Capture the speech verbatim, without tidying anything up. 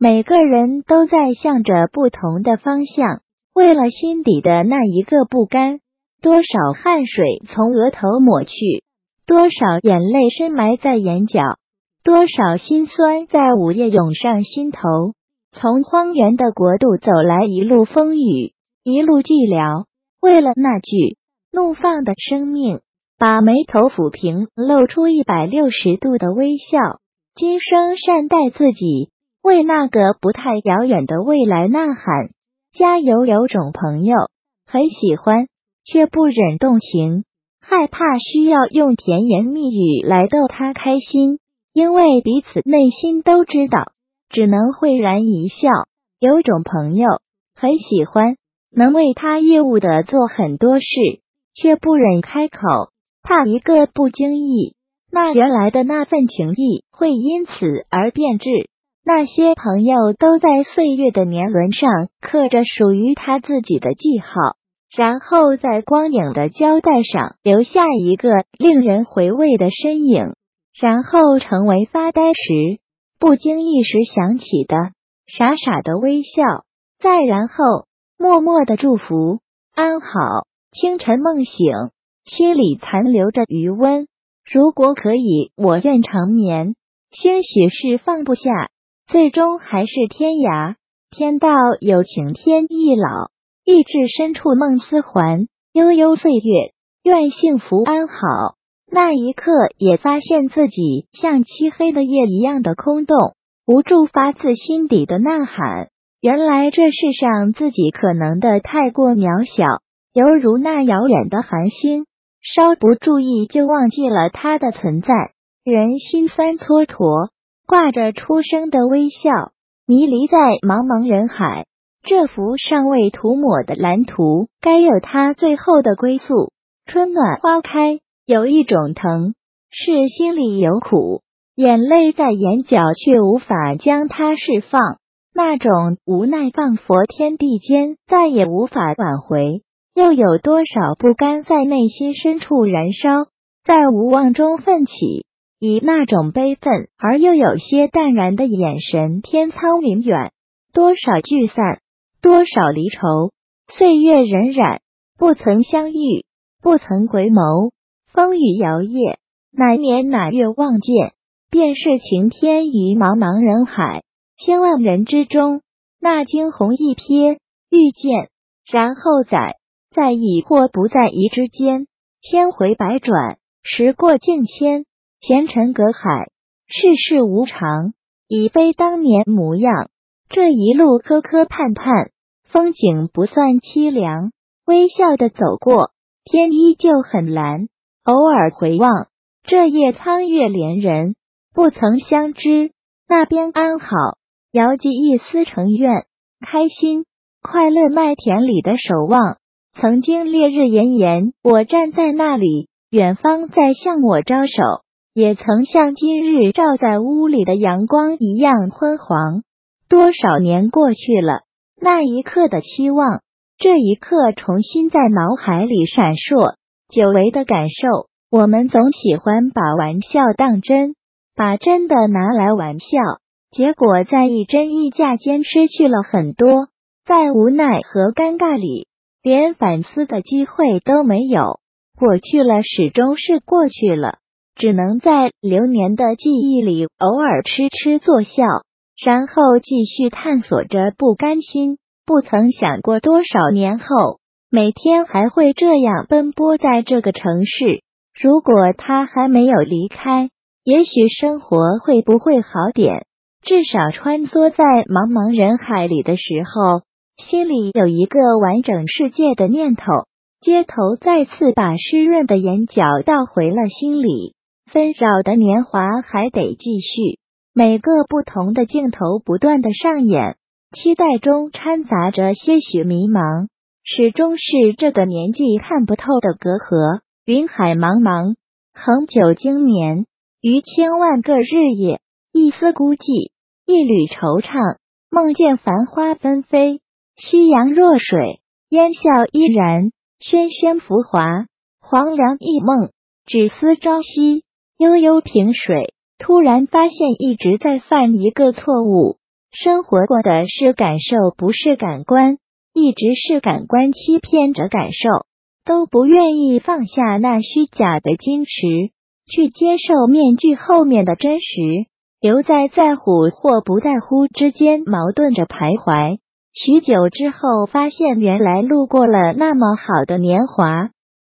每个人都在向着不同的方向，为了心底的那一个不甘，多少汗水从额头抹去，多少眼泪深埋在眼角，多少心酸在午夜涌上心头。从荒原的国度走来，一路风雨，一路寂寥，为了那句怒放的生命，把眉头抚平，露出一百六十度的微笑。今生善待自己，为那个不太遥远的未来呐喊，加油！有种朋友很喜欢，却不忍动情，害怕需要用甜言蜜语来逗他开心，因为彼此内心都知道，只能会然一笑。有种朋友很喜欢，能为他义务的做很多事，却不忍开口，怕一个不经意，那原来的那份情谊会因此而变质。那些朋友都在岁月的年轮上刻着属于他自己的记号，然后在光影的胶带上留下一个令人回味的身影，然后成为发呆时不经意时想起的傻傻的微笑，再然后默默的祝福安好。清晨梦醒，心里残留着余温，如果可以，我愿长眠。兴许是放不下，最终还是天涯。天道有情天亦老，意志深处梦思还。悠悠岁月，愿幸福安好。那一刻也发现自己像漆黑的夜一样的空洞，无助发自心底的呐喊。原来这世上自己可能的太过渺小，犹如那遥远的繁星，稍不注意就忘记了它的存在。人心酸蹉跎，挂着出生的微笑，迷离在茫茫人海。这幅尚未涂抹的蓝图，该有它最后的归宿。春暖花开，有一种疼，是心里有苦，眼泪在眼角却无法将它释放，那种无奈放佛天地间，再也无法挽回。又有多少不甘在内心深处燃烧，在无望中奋起，以那种悲愤而又有些淡然的眼神，天苍云远，多少聚散，多少离愁，岁月荏苒，不曾相遇，不曾回眸，风雨摇曳，哪年哪月望见，便是晴天于茫茫人海，千万人之中，那惊鸿一瞥，遇见，然后在在意或不在意之间，千回百转，时过境迁，前尘隔海，世事无常，已非当年模样。这一路磕磕绊绊，风景不算凄凉，微笑的走过，天依旧很蓝。偶尔回望，这夜苍月连人，不曾相知，那边安好，遥寄一丝诚愿，开心快乐麦田里的守望。曾经烈日炎炎，我站在那里，远方在向我招手，也曾像今日照在屋里的阳光一样昏黄。多少年过去了，那一刻的期望，这一刻重新在脑海里闪烁，久违的感受。我们总喜欢把玩笑当真，把真的拿来玩笑，结果在一真一假间失去了很多，在无奈和尴尬里，连反思的机会都没有。过去了始终是过去了，只能在流年的记忆里偶尔痴痴作笑，然后继续探索着不甘心。不曾想过多少年后，每天还会这样奔波在这个城市。如果他还没有离开，也许生活会不会好点？至少穿梭在茫茫人海里的时候，心里有一个完整世界的念头。街头再次把湿润的眼角倒回了心里，纷扰的年华还得继续。每个不同的镜头不断的上演，期待中掺杂着些许迷茫，始终是这个年纪看不透的隔阂。云海茫茫，恒久经年，于千万个日夜，一丝孤寂，一缕惆怅，梦见繁花纷飞，夕阳若水，烟笑依然，喧喧浮华，黄粱一梦，只思朝夕，悠悠平水。突然发现一直在犯一个错误， 生活过的是感受，不是感官，一直是感官欺骗着感受，都不愿意放下那虚假的矜持，去接受面具后面的真实，留在在乎或不在乎之间矛盾着徘徊。许久之后，发现原来路过了那么好的年华，